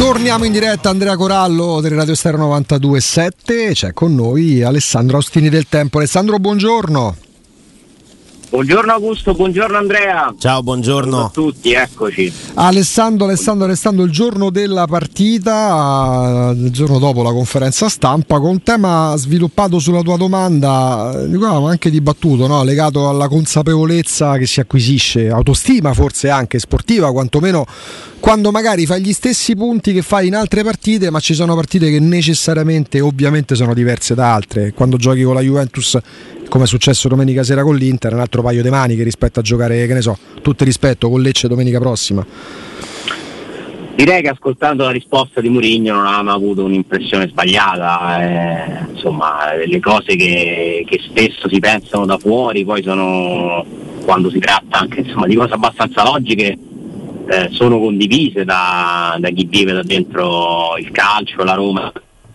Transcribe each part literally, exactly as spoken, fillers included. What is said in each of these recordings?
Torniamo in diretta, Andrea Corallo del Radio Stereo novantadue virgola sette, c'è con noi Alessandro Austini del Tempo. Alessandro, buongiorno. Buongiorno Augusto, buongiorno Andrea. Ciao, buongiorno. Ciao a tutti, eccoci. Alessandro, Alessandro, Alessandro, il giorno della partita, il giorno dopo la conferenza stampa, con un tema sviluppato sulla tua domanda, di cui avevamo anche dibattuto, no? Legato alla consapevolezza che si acquisisce, autostima forse anche sportiva, quantomeno quando magari fai gli stessi punti che fai in altre partite, ma ci sono partite che necessariamente, ovviamente, sono diverse da altre. Quando giochi con la Juventus, come è successo domenica sera con l'Inter, un altro paio di maniche rispetto a giocare, che ne so, tutto il rispetto, con Lecce domenica prossima. Direi che ascoltando la risposta di Mourinho non avevamo avuto un'impressione sbagliata, eh, insomma le cose che, che spesso si pensano da fuori poi sono, quando si tratta anche insomma di cose abbastanza logiche, eh, sono condivise da, da chi vive da dentro il calcio, la Roma.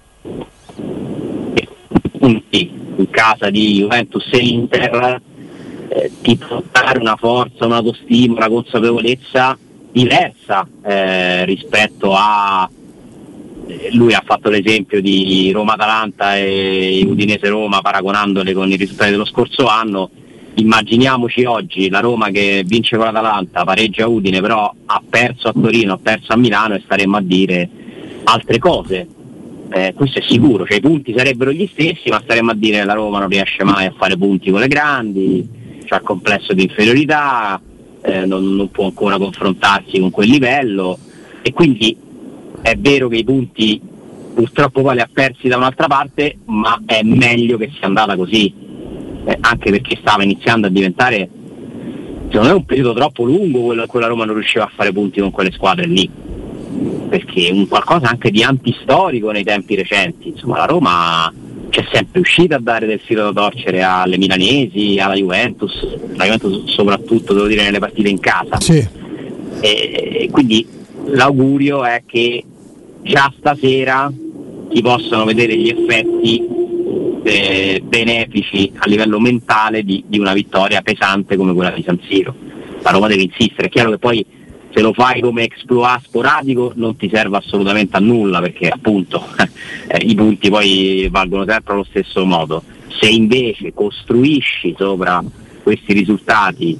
Punti in casa di Juventus e Inter, eh, ti può dare una forza, un'autostima, una consapevolezza diversa eh, rispetto a eh, lui ha fatto l'esempio di Roma-Atalanta e Udinese-Roma paragonandole con i risultati dello scorso anno. Immaginiamoci oggi la Roma che vince con l'Atalanta, pareggia Udine, però ha perso a Torino, ha perso a Milano, e staremmo a dire altre cose. Eh, questo è sicuro, cioè i punti sarebbero gli stessi, ma staremmo a dire che la Roma non riesce mai a fare punti con le grandi, c'ha il complesso di inferiorità, eh, non, non può ancora confrontarsi con quel livello, e quindi è vero che i punti purtroppo poi li ha persi da un'altra parte, ma è meglio che sia andata così, eh, anche perché stava iniziando a diventare, secondo me, un periodo troppo lungo quello in cui la Roma non riusciva a fare punti con quelle squadre lì, perché un qualcosa anche di antistorico nei tempi recenti. Insomma, la Roma c'è sempre uscita a dare del filo da torcere alle milanesi, alla Juventus, la Juventus soprattutto, devo dire, nelle partite in casa. Sì. E, e quindi l'augurio è che già stasera si possano vedere gli effetti eh, benefici a livello mentale di, di una vittoria pesante come quella di San Siro. La Roma deve insistere, è chiaro che poi se lo fai come exploit sporadico non ti serve assolutamente a nulla, perché appunto eh, i punti poi valgono sempre allo stesso modo. Se invece costruisci sopra questi risultati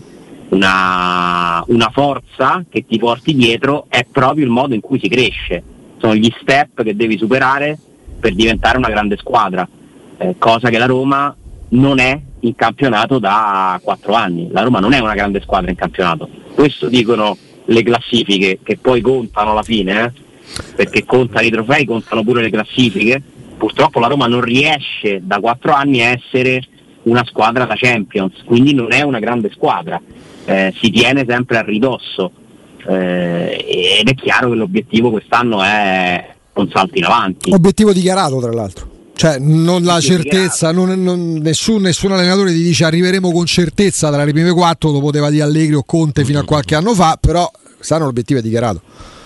una, una forza che ti porti dietro, è proprio il modo in cui si cresce, sono gli step che devi superare per diventare una grande squadra, eh, cosa che la Roma non è in campionato da quattro anni. La Roma non è una grande squadra in campionato, questo dicono le classifiche, che poi contano alla fine, eh? Perché contano i trofei, contano pure le classifiche. Purtroppo la Roma non riesce da quattro anni a essere una squadra da Champions, quindi non è una grande squadra, eh, si tiene sempre a ridosso, eh, ed è chiaro che l'obiettivo quest'anno è un salto in avanti. Obiettivo dichiarato, tra l'altro. Cioè, non la certezza, non, non, nessun, nessun allenatore ti dice arriveremo con certezza tra le prime quattro, lo poteva dire Allegri o Conte fino a qualche anno fa, però quest'anno l'obiettivo è dichiarato.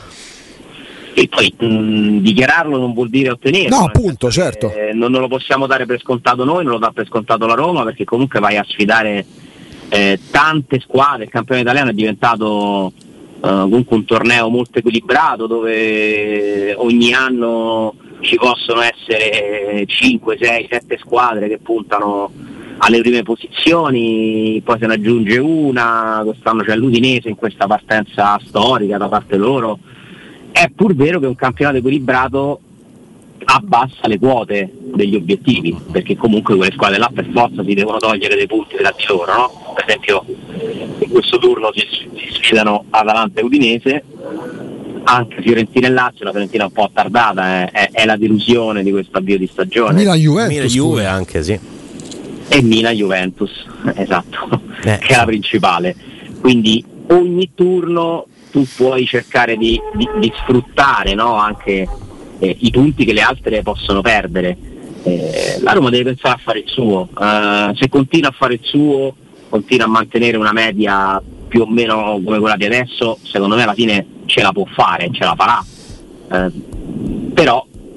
E poi mh, dichiararlo non vuol dire ottenerlo. No, appunto, certo. Eh, non, non lo possiamo dare per scontato noi, non lo dà per scontato la Roma, perché comunque vai a sfidare eh, tante squadre. Il campionato italiano è diventato eh, comunque un torneo molto equilibrato, dove ogni anno ci possono essere cinque, sei, sette squadre che puntano alle prime posizioni, poi se ne aggiunge una, quest'anno c'è l'Udinese in questa partenza storica da parte loro. È pur vero che un campionato equilibrato abbassa le quote degli obiettivi, perché comunque quelle squadre là per forza si devono togliere dei punti tra di loro, no? Per esempio in questo turno si, si sfidano Atalanta e Udinese, anche Fiorentina e Lazio. La Fiorentina è un po' attardata, eh, è, è la delusione di questo avvio di stagione. Milan Juventus, Milan Juve anche, sì. E Milan Juventus, esatto, eh. che è la principale. Quindi ogni turno tu puoi cercare di, di, di sfruttare, no? Anche eh, i punti che le altre possono perdere. Eh, la Roma deve pensare a fare il suo, uh, se continua a fare il suo, continua a mantenere una media più o meno come quella di adesso, secondo me alla fine ce la può fare, ce la farà, eh, però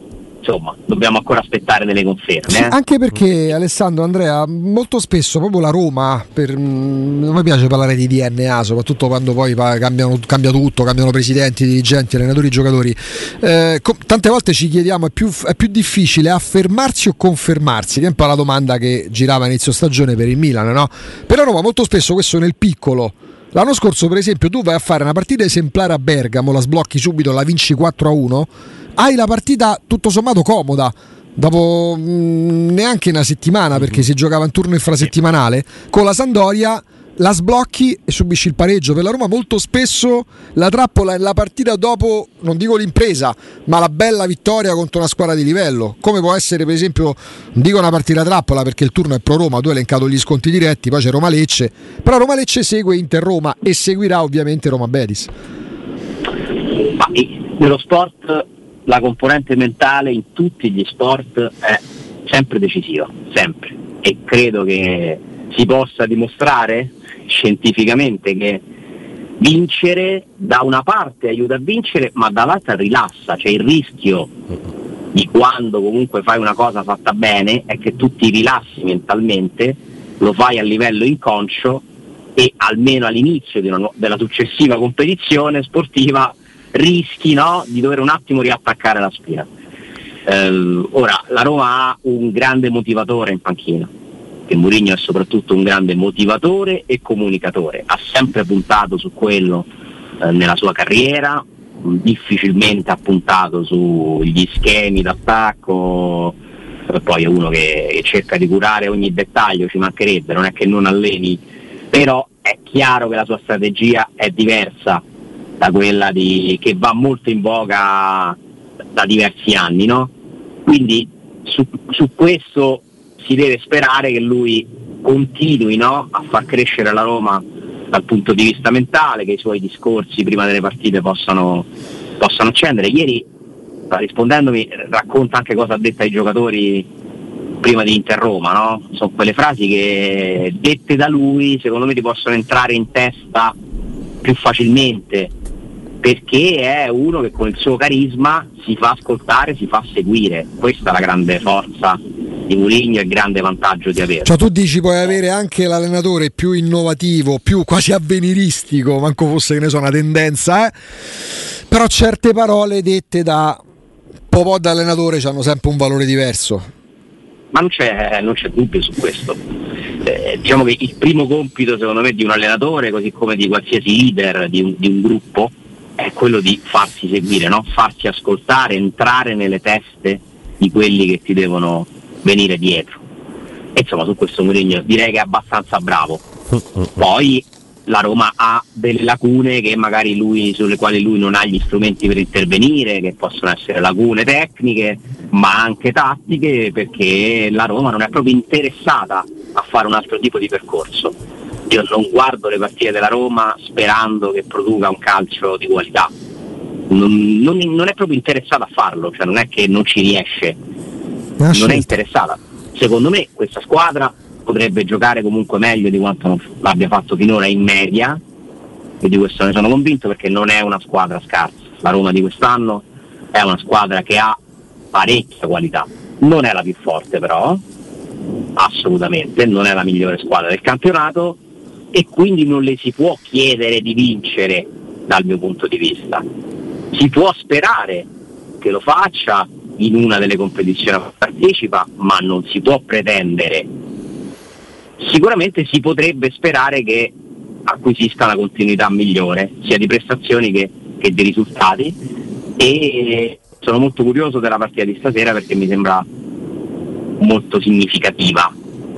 insomma dobbiamo ancora aspettare delle conferme. Sì, eh? Anche perché Alessandro, Andrea, molto spesso proprio la Roma, per, non mi piace parlare di D N A, soprattutto quando poi cambiano, cambia tutto, cambiano presidenti, dirigenti, allenatori, giocatori. Eh, com- tante volte ci chiediamo: è più, è più difficile affermarsi o confermarsi? Che è un po' la domanda che girava a inizio stagione per il Milan, no? Per la Roma molto spesso questo nel piccolo. L'anno scorso, per esempio, tu vai a fare una partita esemplare a Bergamo, la sblocchi subito, la vinci quattro a uno, hai la partita tutto sommato comoda. Dopo mh, neanche una settimana, perché si giocava in turno infrasettimanale, con la Sampdoria la sblocchi e subisci il pareggio. Per la Roma molto spesso la trappola è la partita dopo, non dico l'impresa, ma la bella vittoria contro una squadra di livello, come può essere per esempio, non dico una partita trappola perché il turno è pro Roma, tu hai elencato gli sconti diretti, poi c'è Roma-Lecce, però Roma-Lecce segue Inter-Roma e seguirà ovviamente Roma-Betis. Ma nello sport la componente mentale in tutti gli sport è sempre decisiva, sempre, e credo che si possa dimostrare scientificamente che vincere da una parte aiuta a vincere, ma dall'altra rilassa. Cioè il rischio di quando comunque fai una cosa fatta bene è che tu ti rilassi mentalmente, lo fai a livello inconscio e almeno all'inizio di una, della successiva competizione sportiva rischi, no, di dover un attimo riattaccare la spina. Eh, ora la Roma ha un grande motivatore in panchina, che Mourinho è soprattutto un grande motivatore e comunicatore, ha sempre puntato su quello eh, nella sua carriera, difficilmente ha puntato sugli schemi d'attacco, eh, poi è uno che, che cerca di curare ogni dettaglio, ci mancherebbe, non è che non alleni, però è chiaro che la sua strategia è diversa da quella di, che va molto in voga da diversi anni, no? Quindi su, su questo si deve sperare che lui continui, no, a far crescere la Roma dal punto di vista mentale, che i suoi discorsi prima delle partite possano, possano accendere. Ieri, rispondendomi, racconta anche cosa ha detto ai giocatori prima di Inter-Roma, no? Sono quelle frasi che dette da lui secondo me ti possono entrare in testa più facilmente, perché è uno che con il suo carisma si fa ascoltare, si fa seguire. Questa è la grande forza di Mourinho e il grande vantaggio di averlo. Cioè tu dici puoi avere anche l'allenatore più innovativo, più quasi avveniristico, manco fosse, che ne so, una tendenza, eh? Però certe parole dette da po' da allenatore hanno sempre un valore diverso. Ma non c'è, non c'è dubbio su questo. Eh, diciamo che il primo compito secondo me di un allenatore, così come di qualsiasi leader di un, di un gruppo, è quello di farsi seguire, no? Farsi ascoltare, entrare nelle teste di quelli che ti devono venire dietro. E insomma su questo Mourinho direi che è abbastanza bravo. Poi la Roma ha delle lacune che magari lui, sulle quali lui non ha gli strumenti per intervenire, che possono essere lacune tecniche ma anche tattiche, perché la Roma non è proprio interessata a fare un altro tipo di percorso. Io non guardo le partite della Roma sperando che produca un calcio di qualità, non, non, non è proprio interessata a farlo, cioè non è che non ci riesce, non scelta. È interessata. Secondo me questa squadra potrebbe giocare comunque meglio di quanto non l'abbia fatto finora in media, e di questo ne sono convinto, perché non è una squadra scarsa. La Roma di quest'anno è una squadra che ha parecchia qualità, non è la più forte però, assolutamente, non è la migliore squadra del campionato, e quindi non le si può chiedere di vincere dal mio punto di vista. Si può sperare che lo faccia in una delle competizioni a cui partecipa, ma non si può pretendere. Sicuramente si potrebbe sperare che acquisisca una continuità migliore sia di prestazioni che, che di risultati, e sono molto curioso della partita di stasera perché mi sembra molto significativa.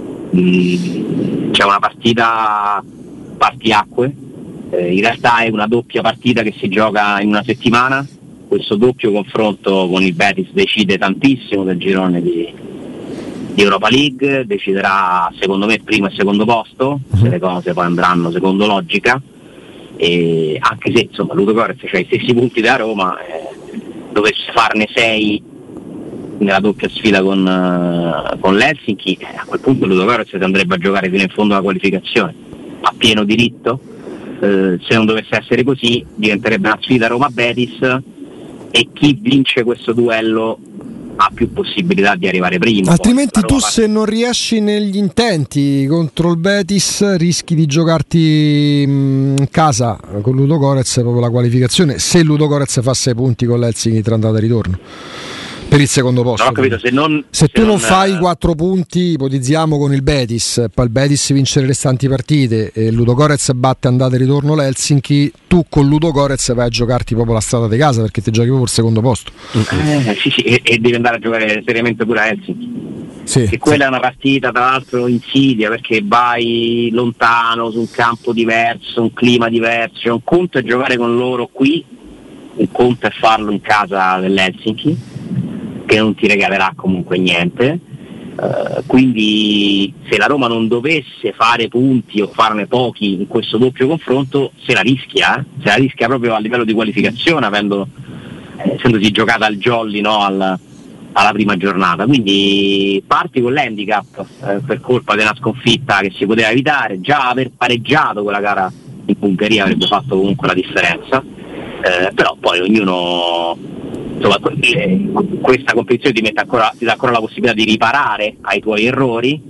Mm, c'è una partita partiacque, eh, in realtà è una doppia partita che si gioca in una settimana. Questo doppio confronto con il Betis decide tantissimo del girone di, di Europa League, deciderà secondo me primo e secondo posto, se le cose poi andranno secondo logica, e anche se insomma Ludogorets c'ha i stessi punti da Roma, eh, dovesse farne sei nella doppia sfida con, uh, con l'Helsinki, eh, a quel punto Ludogorets andrebbe a giocare fino in fondo alla qualificazione a pieno diritto. Eh, se non dovesse essere così diventerebbe una sfida Roma-Betis, e chi vince questo duello ha più possibilità di arrivare primo. Altrimenti tu, Roma... se non riesci negli intenti contro il Betis, rischi di giocarti in casa con Ludogorets proprio la qualificazione, se Ludogorets fa sei punti con l'Helsinki tra andata e ritorno per il secondo posto. Non ho capito, se, non, se, se tu non, non fai eh... quattro punti, ipotizziamo con il Betis, poi il Betis vince le restanti partite e Ludogorets batte andata e ritorno l'Helsinki, tu con Ludogorets vai a giocarti proprio la strada di casa, perché ti giochi proprio il secondo posto. Eh, sì, sì, e, e devi andare a giocare seriamente pure a Helsinki. Sì, che quella sì. È una partita tra l'altro insidia, perché vai lontano su un campo diverso, un clima diverso, cioè un conto è giocare con loro qui, un conto è farlo in casa dell'Helsinki, che non ti regalerà comunque niente, uh, quindi se la Roma non dovesse fare punti o farne pochi in questo doppio confronto, se la rischia, eh? se la rischia proprio a livello di qualificazione, avendo, eh, essendosi giocata al jolly, no, al, alla prima giornata, quindi parti con l'handicap eh, per colpa della sconfitta che si poteva evitare. Già aver pareggiato quella gara in Ungheria avrebbe fatto comunque la differenza, eh, però poi ognuno, insomma, questa competizione ti mette ancora, ti dà ancora la possibilità di riparare ai tuoi errori,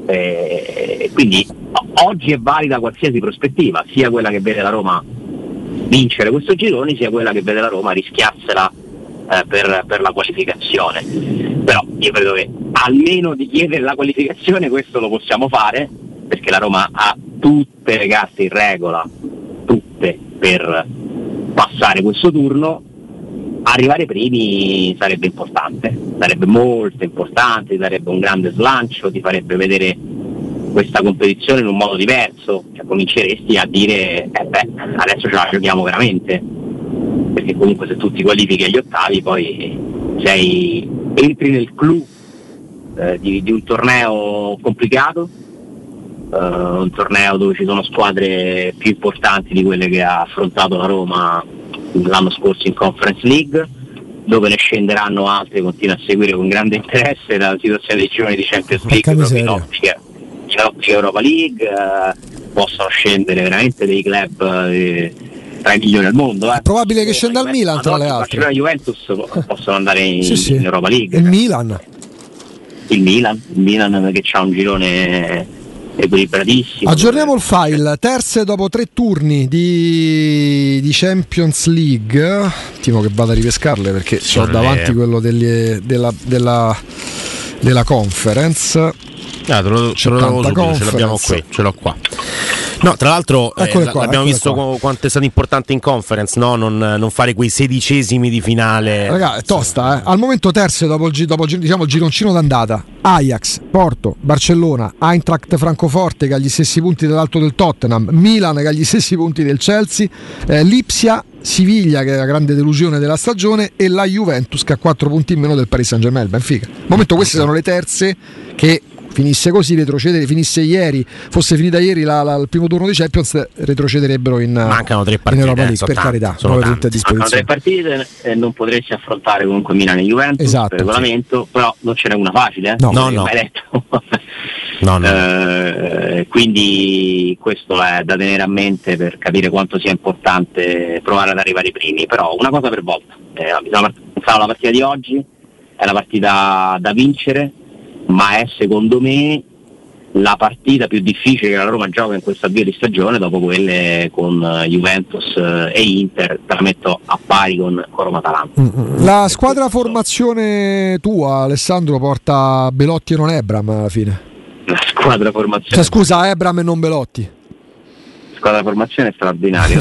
eh, quindi oggi è valida qualsiasi prospettiva, sia quella che vede la Roma vincere questo girone, sia quella che vede la Roma rischiarsela eh, per, per la qualificazione. Però io credo che almeno di chiedere la qualificazione questo lo possiamo fare, perché la Roma ha tutte le carte in regola, tutte, per passare questo turno. Arrivare primi sarebbe importante, sarebbe molto importante, sarebbe un grande slancio, ti farebbe vedere questa competizione in un modo diverso, cioè cominceresti a dire eh beh, adesso ce la giochiamo veramente, perché comunque se tu ti qualifichi agli ottavi poi sei, entri nel clou eh, di, di un torneo complicato, eh, un torneo dove ci sono squadre più importanti di quelle che ha affrontato la Roma l'anno scorso in Conference League, dove ne scenderanno altri. Continua a seguire con grande interesse la situazione dei gironi di Champions League proprio in ottica, in ottica Europa League, eh, possono scendere veramente dei club eh, tra i migliori al mondo. Eh. È probabile che scenda il Milan tra le altre. Barcellona e Juventus possono andare in, sì, sì. in Europa League. Il Milan. Il Milan, il Milan che ha un girone equilibratissimo. Aggiorniamo il file. Terze dopo tre turni di, di Champions League. Un attimo che vado a ripescarle, perché ho davanti le... quello degli, della, della, della conference. Ah, te lo, te lo subito, ce l'abbiamo qui, ce l'ho qua. No, tra l'altro eh, qua, abbiamo visto qua. quanto è stato importante in conference, no? non, non fare quei sedicesimi di finale. Raga, è tosta, eh. Al momento terze dopo il, dopo, diciamo, il gironcino d'andata. Ajax, Porto, Barcellona, Eintracht Francoforte che ha gli stessi punti dell'alto del Tottenham, Milan che ha gli stessi punti del Chelsea, eh, Lipsia, Siviglia che è la grande delusione della stagione e la Juventus che ha quattro punti in meno del Paris Saint-Germain. Benfica. Al momento queste sono le terze che, finisse così, retrocedere, finisse ieri, fosse finita ieri la, la, il primo turno di Champions, retrocederebbero in, mancano tre partite, in Europa League, per tanti, carità, sono tutte a disposizione. Mancano tre partite e non potresti affrontare comunque Milan e Juventus, esatto, per regolamento, sì. Però non ce n'è una facile, eh? no, no, no. Mai detto. no, no. Eh, quindi questo è da tenere a mente per capire quanto sia importante provare ad arrivare ai primi, però una cosa per volta. Eh, bisogna pensare alla partita di oggi, è la partita da vincere, ma è secondo me la partita più difficile che la Roma gioca in questo avvio di stagione, dopo quelle con Juventus e Inter, te la metto a pari con Roma-Atalanta. La squadra formazione tua, Alessandro, porta Belotti e non Ebram alla fine? La squadra formazione, cioè, scusa, Ebram e non Belotti. Squadra formazione è straordinario.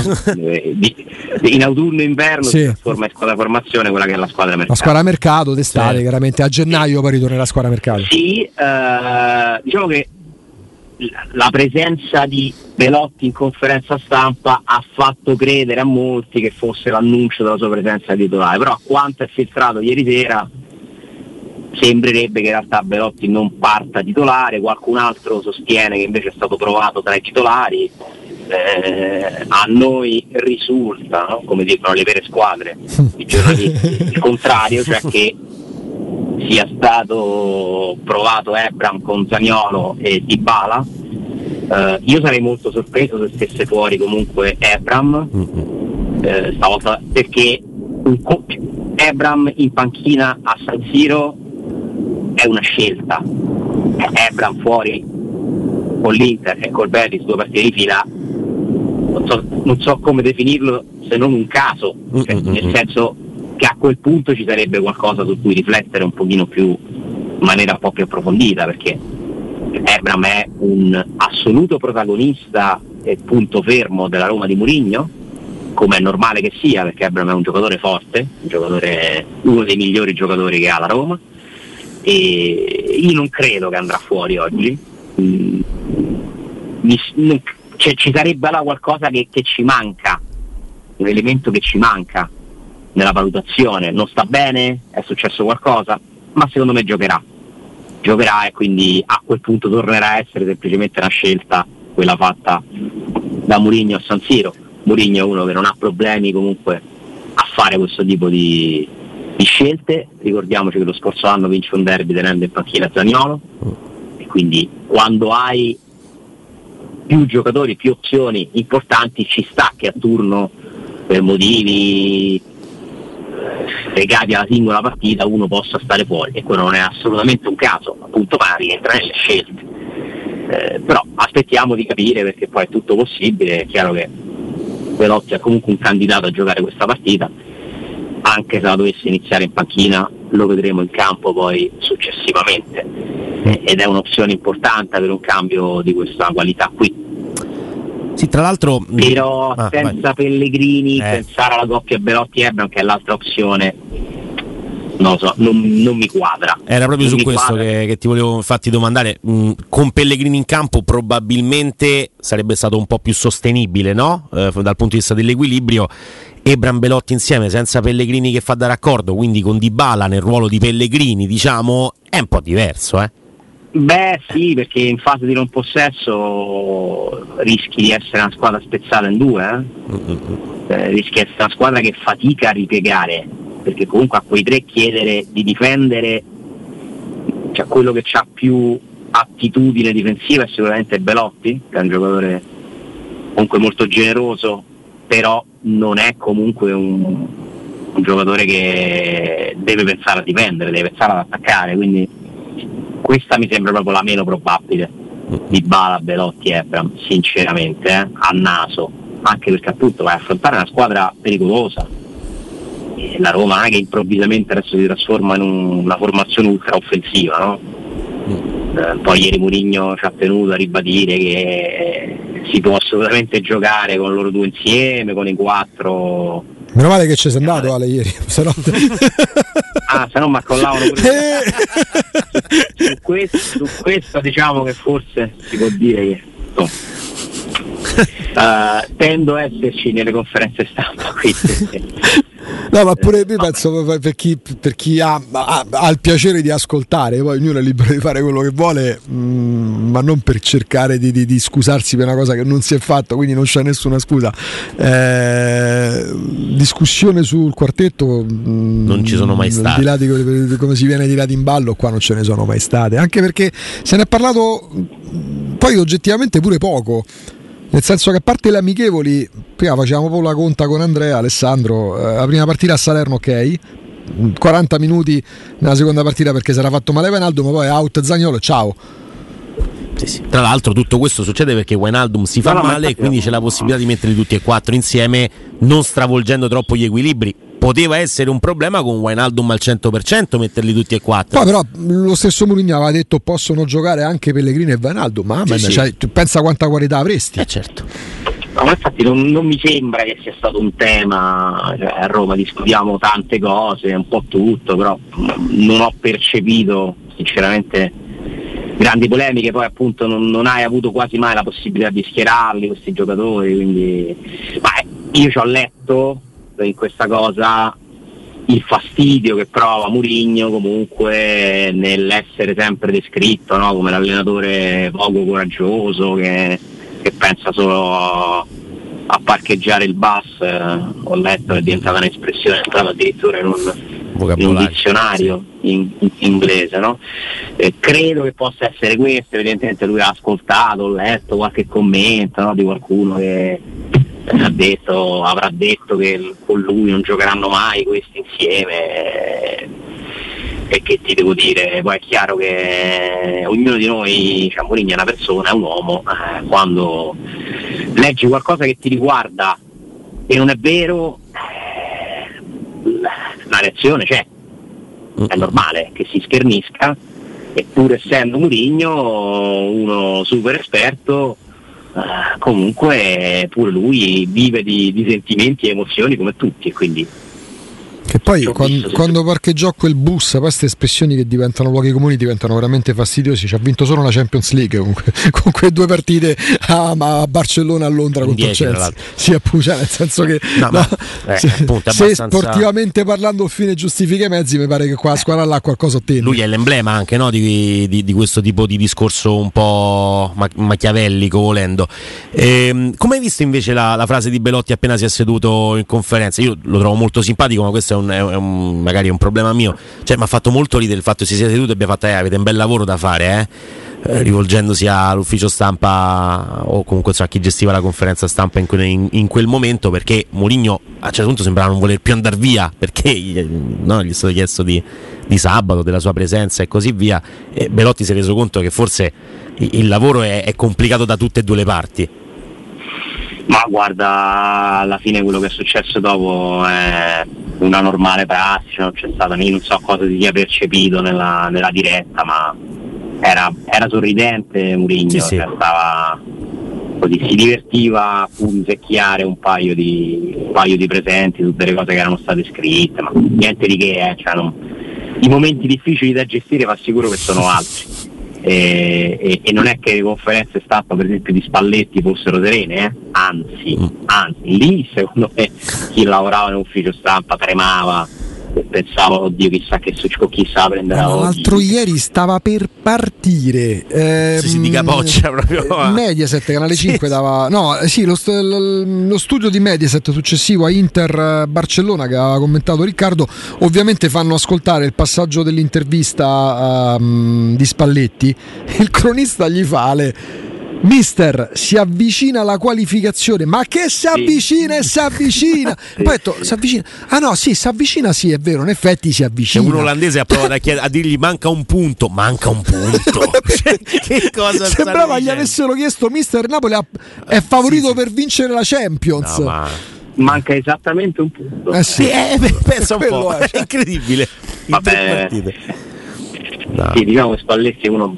In autunno e inverno sì. si trasforma in squadra formazione quella che è la squadra mercato. La squadra mercato d'estate, sì. Chiaramente a gennaio sì. Poi ritorna la squadra mercato. Sì, eh, diciamo che la presenza di Belotti in conferenza stampa ha fatto credere a molti che fosse l'annuncio della sua presenza titolare, però a quanto è filtrato ieri sera sembrerebbe che in realtà Belotti non parta titolare, qualcun altro sostiene che invece è stato provato tra i titolari. Eh, a noi risulta, no? Come dicono le vere squadre, i giornalisti, il contrario, cioè che sia stato provato Ebram con Zaniolo e Dybala. Eh, io sarei molto sorpreso se stesse fuori comunque Ebram eh, stavolta, perché un co- Ebram in panchina a San Siro è una scelta. Ebram fuori con l'Inter e col Betis due partite di fila, non so, non so come definirlo se non un caso, cioè, nel senso che a quel punto ci sarebbe qualcosa su cui riflettere un pochino più in maniera un po' più approfondita, perché Ebram è un assoluto protagonista e punto fermo della Roma di Mourinho, come è normale che sia, perché Ebram è un giocatore forte, un giocatore, uno dei migliori giocatori che ha la Roma, e io non credo che andrà fuori oggi. Mm, mi, non, cioè, ci sarebbe là qualcosa che, che ci manca, un elemento che ci manca nella valutazione. Non sta bene, è successo qualcosa, ma secondo me giocherà giocherà e quindi a quel punto tornerà a essere semplicemente una scelta, quella fatta da Mourinho a San Siro. Mourinho è uno che non ha problemi comunque a fare questo tipo di, di scelte. Ricordiamoci che lo scorso anno vince un derby tenendo in panchina Zaniolo, e quindi quando hai più giocatori, più opzioni importanti, ci sta che a turno, per motivi legati alla singola partita, uno possa stare fuori, e quello non è assolutamente un caso, appunto, ma rientra nelle scelte. Eh, però aspettiamo di capire, perché poi è tutto possibile. È chiaro che Belotti è comunque un candidato a giocare questa partita, anche se la dovesse iniziare in panchina lo vedremo in campo poi successivamente, eh, ed è un'opzione importante per un cambio di questa qualità qui. Sì, tra l'altro, però ah, senza vai. Pellegrini, eh. pensare alla doppia Belotti-Ebram, che è l'altra opzione, non lo so, non, non mi quadra. Era proprio non su questo che, che ti volevo infatti domandare. Mm, con Pellegrini in campo probabilmente sarebbe stato un po' più sostenibile, no? Eh, dal punto di vista dell'equilibrio. Ebram Belotti insieme, senza Pellegrini che fa da raccordo, quindi con Dybala nel ruolo di Pellegrini, diciamo, è un po' diverso, eh? Beh sì, perché in fase di non possesso rischi di essere una squadra spezzata in due, eh? Eh, rischi di essere una squadra che fatica a ripiegare, perché comunque a quei tre chiedere di difendere, cioè quello che ha più attitudine difensiva è sicuramente Belotti, che è un giocatore comunque molto generoso, però non è comunque un, un giocatore che deve pensare a difendere, deve pensare ad attaccare, quindi questa mi sembra proprio la meno probabile. Dybala, Belotti, Ebram, sinceramente, eh, a naso, anche perché appunto vai a affrontare una squadra pericolosa. E la Roma non è che improvvisamente adesso si trasforma in un, una formazione ultra offensiva, no? Eh, poi ieri Mourinho ci ha tenuto a ribadire che si può assolutamente giocare con loro due insieme, con i quattro. Meno male che ci sei andato, Ale, ieri. Se no... ah, se no mi accollavano pure. su, su, questo, su questo diciamo che forse si può dire che no. uh, tendo a esserci nelle conferenze stampa, quindi. No, ma pure io penso per chi, per chi ha, ha, ha il piacere di ascoltare, poi ognuno è libero di fare quello che vuole, mh, ma non per cercare di, di, di scusarsi per una cosa che non si è fatta, quindi non c'è nessuna scusa. Eh, discussione sul quartetto, mh, non ci sono mai state. Di là di come si viene tirati in ballo, qua non ce ne sono mai state, anche perché se ne è parlato poi oggettivamente pure poco. Nel senso che a parte le amichevoli, prima facevamo proprio la conta con Andrea, Alessandro, eh, la prima partita a Salerno ok, quaranta minuti nella seconda partita perché si era fatto male Wijnaldum, ma poi out Zaniolo, ciao. Sì, sì. Tra l'altro tutto questo succede perché Wijnaldum si fa no, male e quindi c'è la possibilità di metterli tutti e quattro insieme, non stravolgendo troppo gli equilibri. Poteva essere un problema con Wijnaldum al cento per cento metterli tutti e quattro. Poi però lo stesso Mourinho aveva detto possono giocare anche Pellegrini e Wijnaldum, ma sì, sì. Cioè, tu pensa quanta qualità avresti? Eh certo. No, ma infatti non, non mi sembra che sia stato un tema, cioè, a Roma discutiamo tante cose, un po' tutto, però non ho percepito sinceramente grandi polemiche. Poi appunto non, non hai avuto quasi mai la possibilità di schierarli questi giocatori, quindi ma io ci ho letto in questa cosa il fastidio che prova Mourinho comunque nell'essere sempre descritto, no? Come l'allenatore poco coraggioso che, che pensa solo a, a parcheggiare il bus. eh, ho letto che è diventata un'espressione, è entrata addirittura in un, in un dizionario sì. in, in inglese, no? Eh, credo che possa essere questo. Evidentemente lui ha ascoltato, ho letto qualche commento, no? Di qualcuno che ha detto, avrà detto che con lui non giocheranno mai questi insieme. e che ti devo dire, poi è chiaro che ognuno di noi, cioè Mourinho è una persona, è un uomo, eh, quando leggi qualcosa che ti riguarda e non è vero, eh, la reazione c'è, è normale che si schernisca, eppure essendo Mourinho uno super esperto, eh, comunque pure lui vive di, di sentimenti e emozioni come tutti, e quindi che poi quando, quando parcheggiò quel bus, poi queste espressioni che diventano luoghi comuni diventano veramente fastidiosi. Ci ha vinto solo la Champions League con, con quelle due partite a, a Barcellona, a Londra contro il Chelsea. Sì, appunto, nel senso che no, no, eh, se, appunto, se abbastanza... sportivamente parlando il fine giustifica i mezzi, mi pare che qua la squadra là qualcosa ottiene. Lui è l'emblema anche, no, di, di, di questo tipo di discorso un po' machiavellico, volendo. Ehm, come hai visto invece la, la frase di Belotti appena si è seduto in conferenza? Io lo trovo molto simpatico, ma questo è un È un, magari è un problema mio, cioè mi ha fatto molto ridere il fatto che si sia seduto e abbia fatto eh, avete un bel lavoro da fare, eh? Eh, rivolgendosi all'ufficio stampa o comunque so, a chi gestiva la conferenza stampa in, que- in, in quel momento, perché Mourinho a un certo punto sembrava non voler più andare via, perché no, gli è stato chiesto di, di sabato, della sua presenza e così via, e Belotti si è reso conto che forse il, il lavoro è, è complicato da tutte e due le parti. Ma guarda, alla fine quello che è successo dopo è una normale prassi, non c'è stato, io non so cosa si sia percepito nella, nella diretta, ma era, era sorridente Mourinho, sì, sì. Cioè stava così, si divertiva a punzecchiare un paio di un paio di presenti, tutte le cose che erano state scritte, ma niente di che, eh, cioè non, i momenti difficili da gestire va sicuro che sono altri. E, e, e non è che le conferenze stampa per esempio di Spalletti fossero serene, eh? anzi, anzi lì secondo me chi lavorava in ufficio stampa tremava e pensava oddio chissà che succede, chissà prenderà no, l'altro ieri stava per partire ehm, sì, sì, di capoccia proprio Mediaset, Canale cinque sì, dava no sì lo, st- lo studio di Mediaset successivo a Inter Barcellona che aveva commentato Riccardo, ovviamente fanno ascoltare il passaggio dell'intervista um, di Spalletti, il cronista gli fa le Mister, si avvicina la qualificazione, ma che si avvicina e si avvicina? Poi ho detto, si avvicina. Ah no, sì, si avvicina, sì, è vero, in effetti si avvicina. C'è un olandese ha provato a, chied- a dirgli manca un punto, manca un punto. Cioè, che cosa sembrava gli avessero chiesto Mister Napoli ha- è favorito sì, sì. per vincere la Champions. No, ma... manca esattamente un punto. Eh sì, eh, pensa un po', è, cioè. È incredibile. Vabbè. No. Sì, diciamo che Spalletti è uno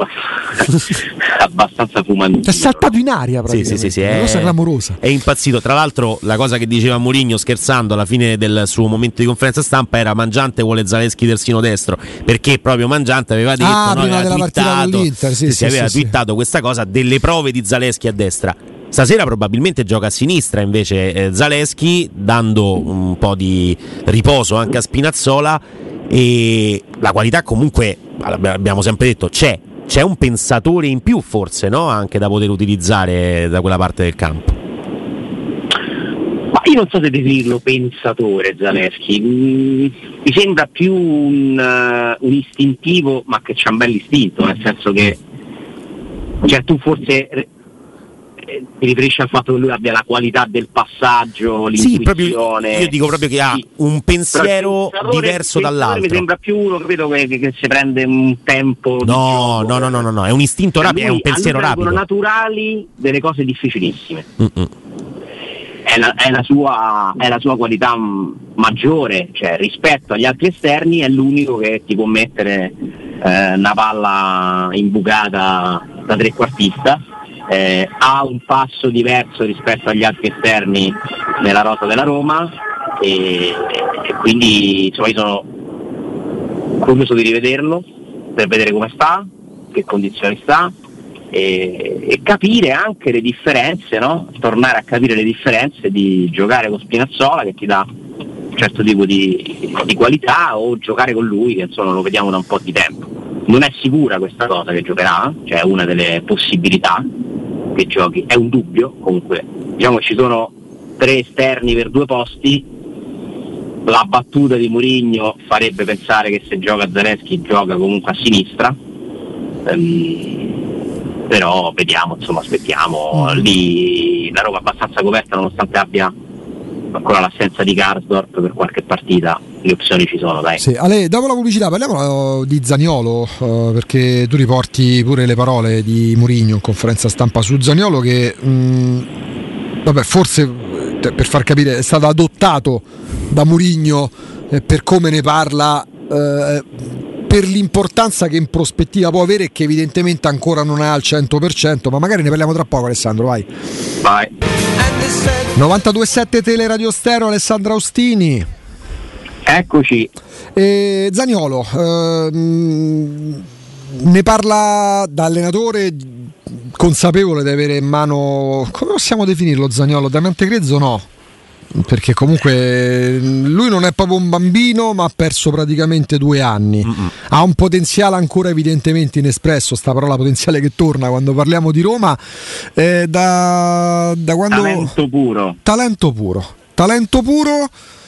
abbastanza fumantino. È saltato in aria praticamente. Sì, sì, sì, è una cosa clamorosa. È impazzito. Tra l'altro la cosa che diceva Mourinho scherzando alla fine del suo momento di conferenza stampa era Mangiante vuole Zalewski terzino destro, perché proprio Mangiante aveva detto ah, no, prima aveva della twittato, partita dell'Inter, sì, sì, sì, aveva sì, twittato sì. questa cosa delle prove di Zalewski a destra. Stasera probabilmente gioca a sinistra invece eh, Zalewski, dando un po' di riposo anche a Spinazzola, e la qualità comunque abbiamo sempre detto c'è, c'è un pensatore in più forse, no? Anche da poter utilizzare da quella parte del campo. Ma io non so se definirlo pensatore Zalewski, mm, mi sembra più un, uh, un istintivo, ma che c'ha un bel istinto, nel senso che cioè tu forse ti riferisci al fatto che lui abbia la qualità del passaggio, l'intuizione. Sì, proprio, io dico proprio che ha sì, un pensiero diverso dall'altro. Mi sembra più uno, capito, che, che, che si prende un tempo. No, no, no, no, no, no, è un istinto cioè rapido, lui, è un pensiero rapido. Sono naturali delle cose difficilissime. È la, è, la sua, è la sua qualità maggiore, cioè rispetto agli altri esterni è l'unico che ti può mettere eh, una palla imbucata da trequartista. Eh, ha un passo diverso rispetto agli altri esterni nella rosa della Roma e, e quindi insomma io sono curioso di rivederlo per vedere come sta, che condizioni sta e, e capire anche le differenze, no? Tornare a capire le differenze di giocare con Spinazzola che ti dà un certo tipo di, di qualità o giocare con lui che insomma lo vediamo da un po' di tempo. Non è sicura questa cosa che giocherà, cioè è una delle possibilità che giochi, è un dubbio, comunque diciamo che ci sono tre esterni per due posti, la battuta di Mourinho farebbe pensare che se gioca Zalewski gioca comunque a sinistra, ehm, però vediamo, insomma aspettiamo, lì la Roma è abbastanza coperta nonostante abbia ancora l'assenza di Karsdorp per qualche partita, le opzioni ci sono, dai. Sì, Ale, dopo la pubblicità parliamo di Zaniolo, uh, perché tu riporti pure le parole di Mourinho in conferenza stampa su Zaniolo che mh, vabbè, forse per far capire è stato adottato da Mourinho eh, per come ne parla, eh, per l'importanza che in prospettiva può avere e che evidentemente ancora non ha al cento per cento, ma magari ne parliamo tra poco. Alessandro, vai. Vai. novantadue sette Teleradio Stereo, Alessandro Austini. Eccoci. E Zaniolo, ehm, ne parla da allenatore consapevole di avere in mano, come possiamo definirlo Zaniolo? Diamante grezzo no? Perché comunque lui non è proprio un bambino, ma ha perso praticamente due anni. Mm-mm. Ha un potenziale ancora evidentemente inespresso, sta parola potenziale che torna quando parliamo di Roma, eh, da, da quando... talento puro talento puro talento puro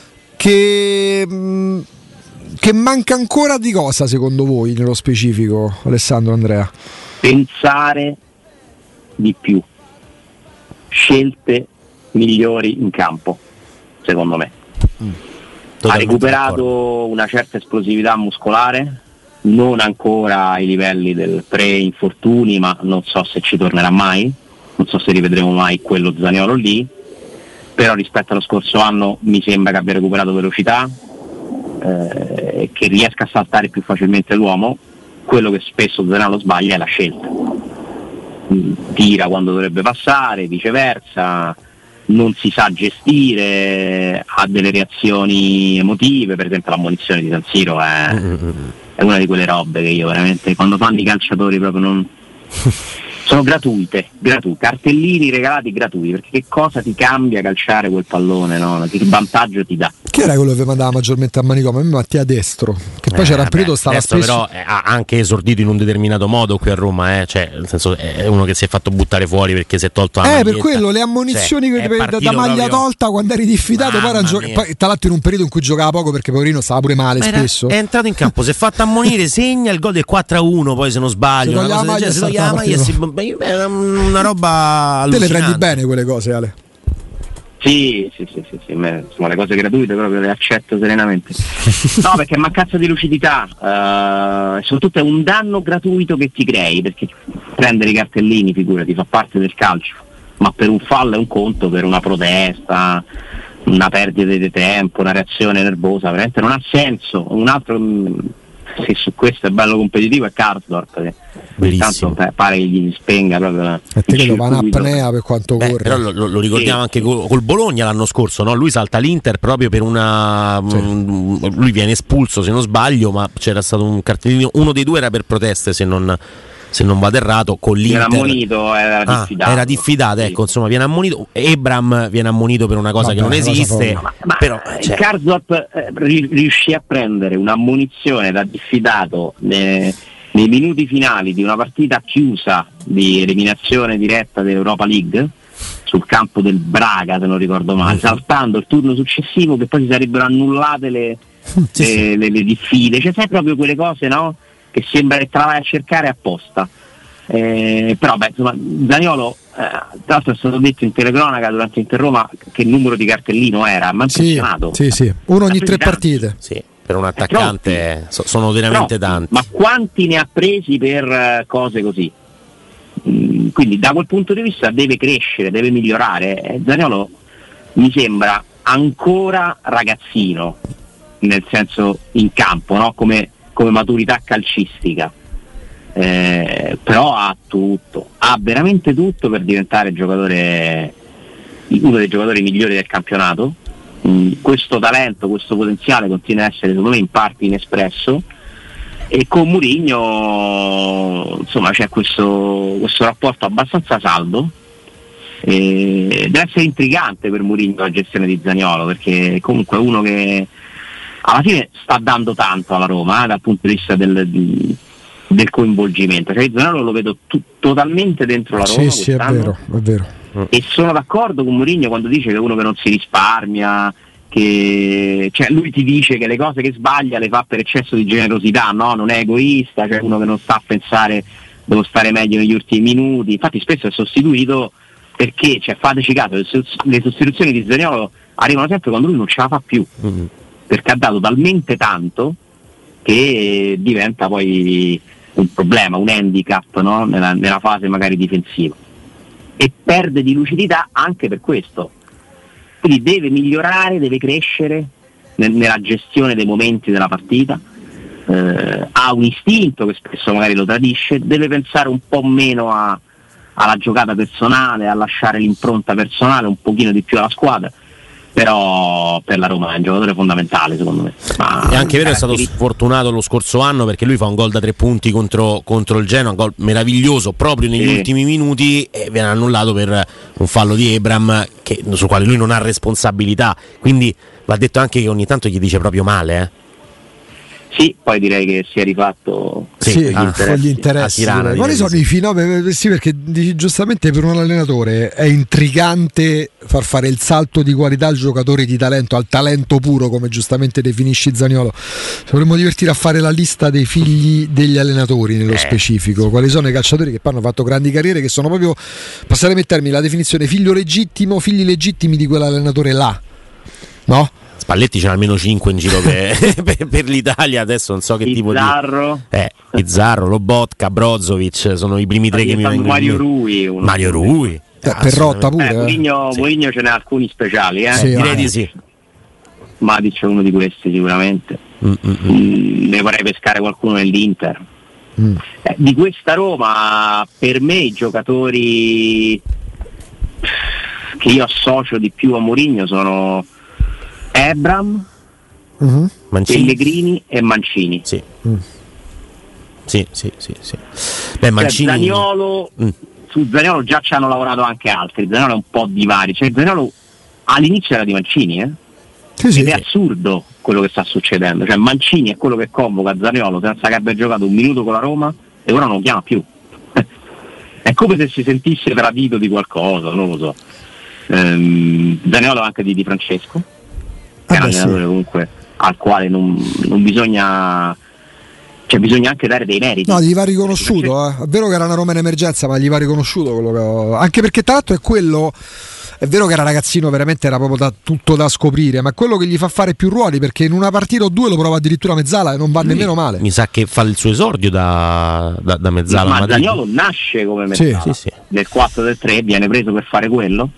che, che manca ancora di cosa secondo voi nello specifico, Alessandro, Andrea? Pensare di più, scelte migliori in campo, secondo me. Mm. Ha recuperato d'accordo. Una certa esplosività muscolare, non ancora ai livelli del pre-infortuni, ma non so se ci tornerà mai, non so se rivedremo mai quello Zaniolo lì, però rispetto allo scorso anno mi sembra che abbia recuperato velocità, eh, che riesca a saltare più facilmente l'uomo. Quello che spesso Zaniolo sbaglia è la scelta, tira quando dovrebbe passare, viceversa, non si sa gestire, ha delle reazioni emotive, per esempio l'ammonizione di San Siro è, è una di quelle robe che io veramente, quando fanno i calciatori proprio non... sono gratuite, gratuite, cartellini regalati gratuiti, perché che cosa ti cambia calciare quel pallone, no? Che vantaggio ti dà? Chi era quello che mandava maggiormente a manicomio? A me Mattia Destro, che poi eh, c'era un periodo stava Destro spesso... però ha anche esordito in un determinato modo qui a Roma, eh? Cioè nel senso è uno che si è fatto buttare fuori perché si è tolto la eh maglietta. Per quello le ammonizioni cioè, che da, da maglia proprio... tolta quando eri diffidato, poi, gio... poi tra l'altro in un periodo in cui giocava poco perché poverino stava pure male. Ma spesso è entrato in campo, si è fatto ammonire, segna il gol del quattro a uno, poi se non sbaglio si una cosa del genere, si toglie la maglia, una roba allucinante. Te le prendi bene quelle cose, Ale? Sì, sì, sì, sì, sì. Insomma, le cose gratuite proprio le accetto serenamente. No, perché è mancanza di lucidità, uh, soprattutto è un danno gratuito che ti crei, perché prendere i cartellini, figurati, fa parte del calcio, ma per un fallo è un conto, per una protesta, una perdita di tempo, una reazione nervosa, veramente non ha senso. Un altro, se su questo è bello competitivo, è Karsdorp, bellissimo, tanto pare che gli spenga proprio la, e te che va un'apnea per quanto Beh, corre. Però lo, lo ricordiamo sì, anche col, col Bologna l'anno scorso, no? Lui salta l'Inter proprio per una sì. mh, lui viene espulso se non sbaglio, ma c'era stato un cartellino, uno dei due era per proteste se non se non vado errato, con l'Inter era ammonito, era ah, diffidato, era diffidato sì. Ecco, insomma viene ammonito. Ebram viene ammonito per una cosa Vabbè, che non esiste, ma, ma però cioè... Karsdorp eh, riuscì a prendere un'ammonizione da diffidato nei, nei minuti finali di una partita chiusa di eliminazione diretta dell'Europa League sul campo del Braga, se non ricordo male, saltando il turno successivo, che poi si sarebbero annullate le, sì, le, sì. le, le diffide, cioè sai proprio quelle cose, no? Che sembra che te la vai a cercare apposta. Eh, però beh, insomma, Zaniolo, eh, tra l'altro è stato detto in telecronaca durante Inter Roma che il numero di cartellino era, ma impressionato. Sì, sì, sì. Uno ogni tre partite. Sì, per un attaccante so, sono veramente troppi. tanti. Ma quanti ne ha presi per uh, cose così? Mm, quindi da quel punto di vista deve crescere, deve migliorare. Eh, Zaniolo mi sembra ancora ragazzino, nel senso in campo, no? Come come maturità calcistica, eh, però ha tutto, ha veramente tutto per diventare giocatore, uno dei giocatori migliori del campionato. Mm, questo talento, questo potenziale continua a essere secondo me in parte inespresso, e con Mourinho insomma c'è questo, questo rapporto abbastanza saldo, e deve essere intrigante per Mourinho la gestione di Zaniolo, perché comunque è uno che alla fine sta dando tanto alla Roma eh, dal punto di vista del, di, del coinvolgimento. Cioè, Zaniolo lo vedo t- totalmente dentro la Roma. Sì, sì, è vero, è vero. E sono d'accordo con Mourinho quando dice che è uno che non si risparmia, che cioè lui ti dice che le cose che sbaglia le fa per eccesso di generosità, no? Non è egoista, cioè uno che non sta a pensare devo stare meglio negli ultimi minuti. Infatti spesso è sostituito perché, cioè, fateci caso, le sostituzioni di Zaniolo arrivano sempre quando lui non ce la fa più, mm-hmm. perché ha dato talmente tanto che diventa poi un problema, un handicap, no? nella, nella fase magari difensiva, e perde di lucidità anche per questo. Quindi deve migliorare, deve crescere nel, nella gestione dei momenti della partita, eh, ha un istinto che spesso magari lo tradisce, deve pensare un po' meno a, alla giocata personale, a lasciare l'impronta personale un pochino di più alla squadra, però per la Roma è un giocatore fondamentale secondo me. Ma è anche vero, è stato sfortunato lo scorso anno perché lui fa un gol da tre punti contro, contro il Genoa, un gol meraviglioso proprio negli sì. ultimi minuti, e viene annullato per un fallo di Ebram che, sul quale lui non ha responsabilità, quindi va detto anche che ogni tanto gli dice proprio male, eh. Sì, poi direi che si è rifatto sì, sì, ah, con gli interessi. Tirana, quali sono sì. i fino? Sì, perché dici, giustamente per un allenatore è intrigante far fare il salto di qualità al giocatore di talento, al talento puro, come giustamente definisci Zaniolo. Ci dovremmo divertire a fare la lista dei figli degli allenatori nello eh. specifico. Quali sono i calciatori che poi hanno fatto grandi carriere, che sono proprio, passaremi in termini, la definizione figlio legittimo, figli legittimi di quell'allenatore là, no? Spalletti ce n'ha almeno cinque in giro per, per, per l'Italia, adesso non so che Pizzarro. tipo di eh, Pizzarro, Lobotka, Brozovic sono i primi tre che mi vengono. Mario Rui, uno Mario Rui, eh, Perrotta pure. Eh, Mourinho, sì. Mourinho ce n'è alcuni speciali, eh? Sì, direi di sì. Matic è uno di questi sicuramente. Mm, ne vorrei pescare qualcuno nell'Inter. Mm. Eh, di questa Roma, per me i giocatori che io associo di più a Mourinho sono Ebram, uh-huh. Pellegrini e Mancini. Sì. Mm. Sì, sì, sì, sì. Beh, Mancini... Cioè, Zaniolo, mm. su Zaniolo già ci hanno lavorato anche altri. Zaniolo è un po' di vari. Cioè, Zaniolo all'inizio era di Mancini, eh? Sì, sì, Ed è sì. assurdo quello che sta succedendo. Cioè, Mancini è quello che convoca Zaniolo senza che abbia giocato un minuto con la Roma e ora non lo chiama più. È come se si sentisse tradito di qualcosa, non lo so. Ehm, Zaniolo anche di Di Francesco. Che è un allenatore sì. comunque al quale non, non bisogna, cioè bisogna anche dare dei meriti. No, gli va riconosciuto, eh. È vero che era una Roma in emergenza, ma gli va riconosciuto quello che... anche perché tra l'altro è quello, è vero che era ragazzino, veramente era proprio da, tutto da scoprire, ma è quello che gli fa fare più ruoli, perché in una partita o due lo prova addirittura Mezzala e non va Lui, nemmeno male. Mi sa che fa il suo esordio da, da, da Mezzala. Ma Zaniolo nasce come Mezzala, sì, sì, sì. Del quattro del tre viene preso per fare quello.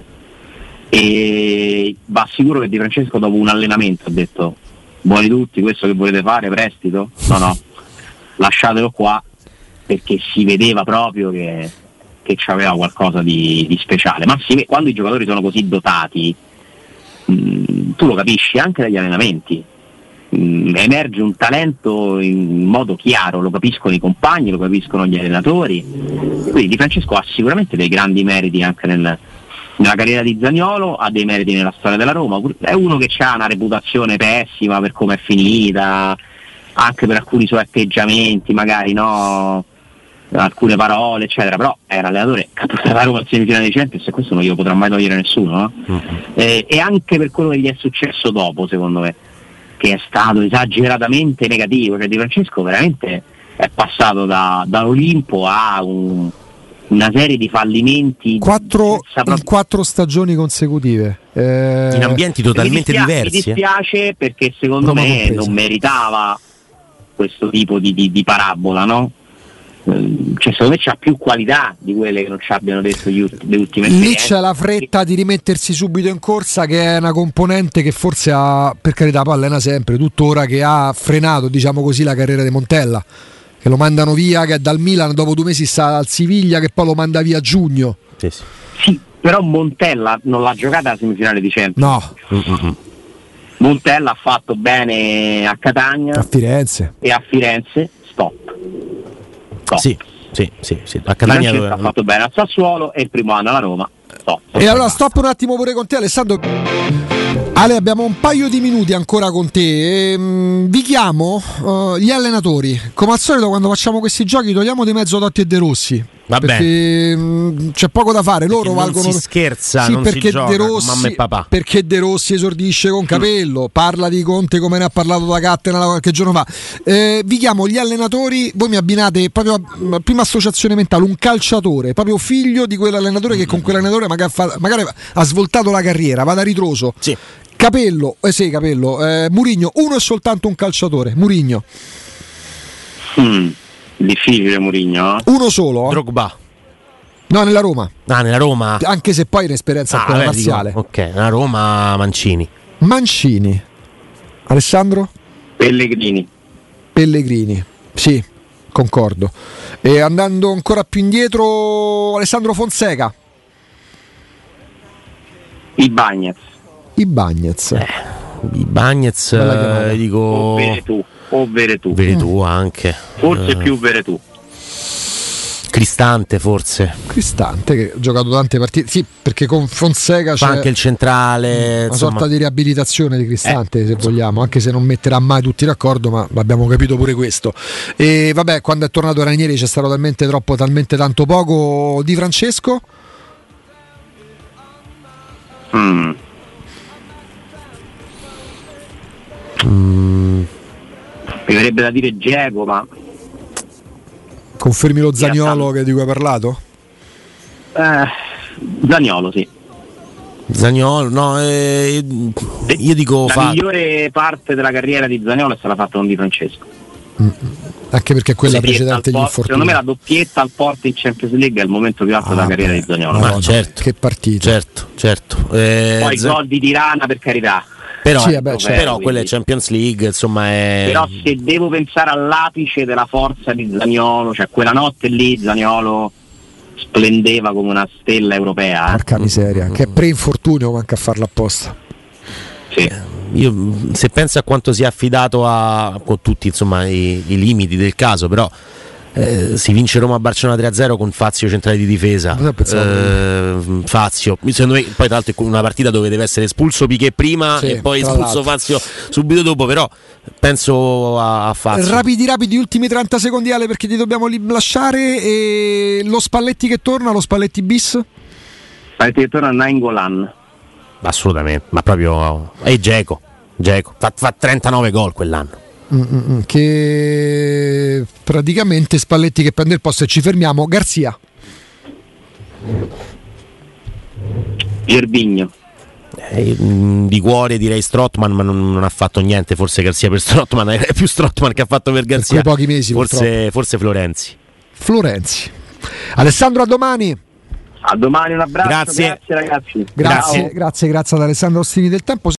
E va sicuro che Di Francesco dopo un allenamento ha detto: buoni tutti, questo che volete fare, prestito? No, no, lasciatelo qua, perché si vedeva proprio che, che c'aveva qualcosa di, di speciale. Ma si, quando i giocatori sono così dotati, mh, tu lo capisci anche dagli allenamenti, mh, emerge un talento in modo chiaro, lo capiscono i compagni, lo capiscono gli allenatori. Quindi Di Francesco ha sicuramente dei grandi meriti anche nel nella carriera di Zaniolo, ha dei meriti nella storia della Roma. È uno che ha una reputazione pessima per come è finita, anche per alcuni suoi atteggiamenti, magari no, alcune parole eccetera, però è un allenatore che ha portato la Roma al semifinale di Champions e questo non glielo potrà mai togliere nessuno, no? Uh-huh. eh, e anche per quello che gli è successo dopo, secondo me, che è stato esageratamente negativo. Cioè Di Francesco veramente è passato da, da Olimpo a un una serie di fallimenti quattro, proprio... in quattro stagioni consecutive eh... in ambienti totalmente mi dispiace, diversi. Mi dispiace eh? perché secondo Roma me compresa. Non meritava questo tipo di, di, di parabola, no? Cioè secondo me c'ha più qualità di quelle che non ci abbiano detto gli ultimi, le ultime lì c'è la fretta di rimettersi subito in corsa, che è una componente che forse ha, per carità, poi allena sempre tuttora, che ha frenato, diciamo così, la carriera di Montella, che lo mandano via, che è dal Milan, dopo due mesi sta al Siviglia, che poi lo manda via a giugno. Sì, sì. Sì, però Montella non l'ha giocata la semifinale di Champions. No. Mm-hmm. Montella ha fatto bene a Catania, a Firenze e a Firenze stop. stop. Sì, sì, sì, sì. A Catania dove... ha fatto bene al Sassuolo e il primo anno alla Roma stop. E allora stop un attimo pure con te, Alessandro. Ale, abbiamo un paio di minuti ancora con te. Ehm, vi chiamo uh, gli allenatori. Come al solito, quando facciamo questi giochi, togliamo di mezzo Totti e De Rossi. Vabbè. Perché mh, c'è poco da fare, loro perché valgono. Non si scherza, sì, non perché si gioca De Rossi, con mamma e papà. Perché De Rossi esordisce con Capello, parla di Conte come ne ha parlato da Cattena qualche giorno fa. Eh, vi chiamo gli allenatori, voi mi abbinate proprio a, a prima associazione mentale, un calciatore, proprio figlio di quell'allenatore che con quell'allenatore magari, fa, magari ha svoltato la carriera, vada a ritroso. Sì. Capello, eh sì, Capello, eh, Mourinho, uno è soltanto un calciatore, Mourinho. Mm, difficile Mourinho. Eh? Uno solo? Drogba. No, nella Roma. Ah, nella Roma. Anche se poi un'esperienza Ah, ancora vabbè, parziale. dico, ok, nella Roma Mancini. Mancini. Alessandro? Pellegrini. Pellegrini. Sì, concordo. E andando ancora più indietro, Alessandro Fonseca. I Bagnez. I Bagnez. Eh, I Bagnez, eh, dico. O Veretù. O Veretù. Veretù anche. Forse eh. più Veretù. Cristante forse. Cristante che ha giocato tante partite. Sì, perché con Fonseca c'è fa anche il centrale. Una insomma. sorta di riabilitazione di Cristante, eh, se insomma. vogliamo, anche se non metterà mai tutti d'accordo, ma abbiamo capito pure questo. E vabbè, quando è tornato Ranieri c'è stato talmente troppo, talmente tanto poco. Di Francesco? Mm. Mm. Mi verrebbe da dire Diego, ma Confermi lo Zaniolo che di cui hai parlato? eh, Zaniolo, sì. Zaniolo, no, eh, io dico la fa... migliore parte della carriera di Zaniolo è stata fatta con Di Francesco. Mm. Anche perché quella Doppietta precedente al gli Porto, infortuni. secondo me la doppietta al Porto in Champions League è il momento più alto Ah, della carriera beh, di Zaniolo. ma certo. Che partita. Certo, certo. Eh, Poi Z- gol di Tirana, per carità. Però, Sì, vabbè, certo. però quella è Champions League, insomma è... Però se devo pensare all'apice della forza di Zaniolo, cioè quella notte lì Zaniolo splendeva come una stella europea. Porca miseria, che è pre-infortunio, manca a farla apposta. Sì. Io, se penso a quanto si è affidato a, con tutti insomma i, i limiti del caso, però eh, si vince Roma-Barcellona tre a zero con Fazio centrale di difesa. Eh, Fazio, secondo me, poi tra l'altro è una partita dove deve essere espulso Piqué prima sì, e poi tra espulso l'altro. Fazio subito dopo, però penso a, a Fazio. Rapidi rapidi ultimi trenta secondi Ale, perché ti dobbiamo li- lasciare. E lo Spalletti che torna, lo Spalletti bis? Spalletti che torna a Nainggolan. Assolutamente, ma proprio è Dzeko, Dzeko fa, fa trentanove gol quell'anno. Mm-mm, che praticamente Spalletti che prende il posto, e ci fermiamo. Garzia. Gervinho. Eh, di cuore direi Strootman, ma non, non ha fatto niente, forse Garzia per Strootman, è più Strootman che ha fatto per Garzia. Per quei pochi mesi, forse, forse Florenzi. Florenzi. Alessandro, a domani. A domani, un abbraccio. Grazie. Grazie ragazzi. Grazie, Ciao. grazie, grazie ad Alessandro Ostini del Tempo.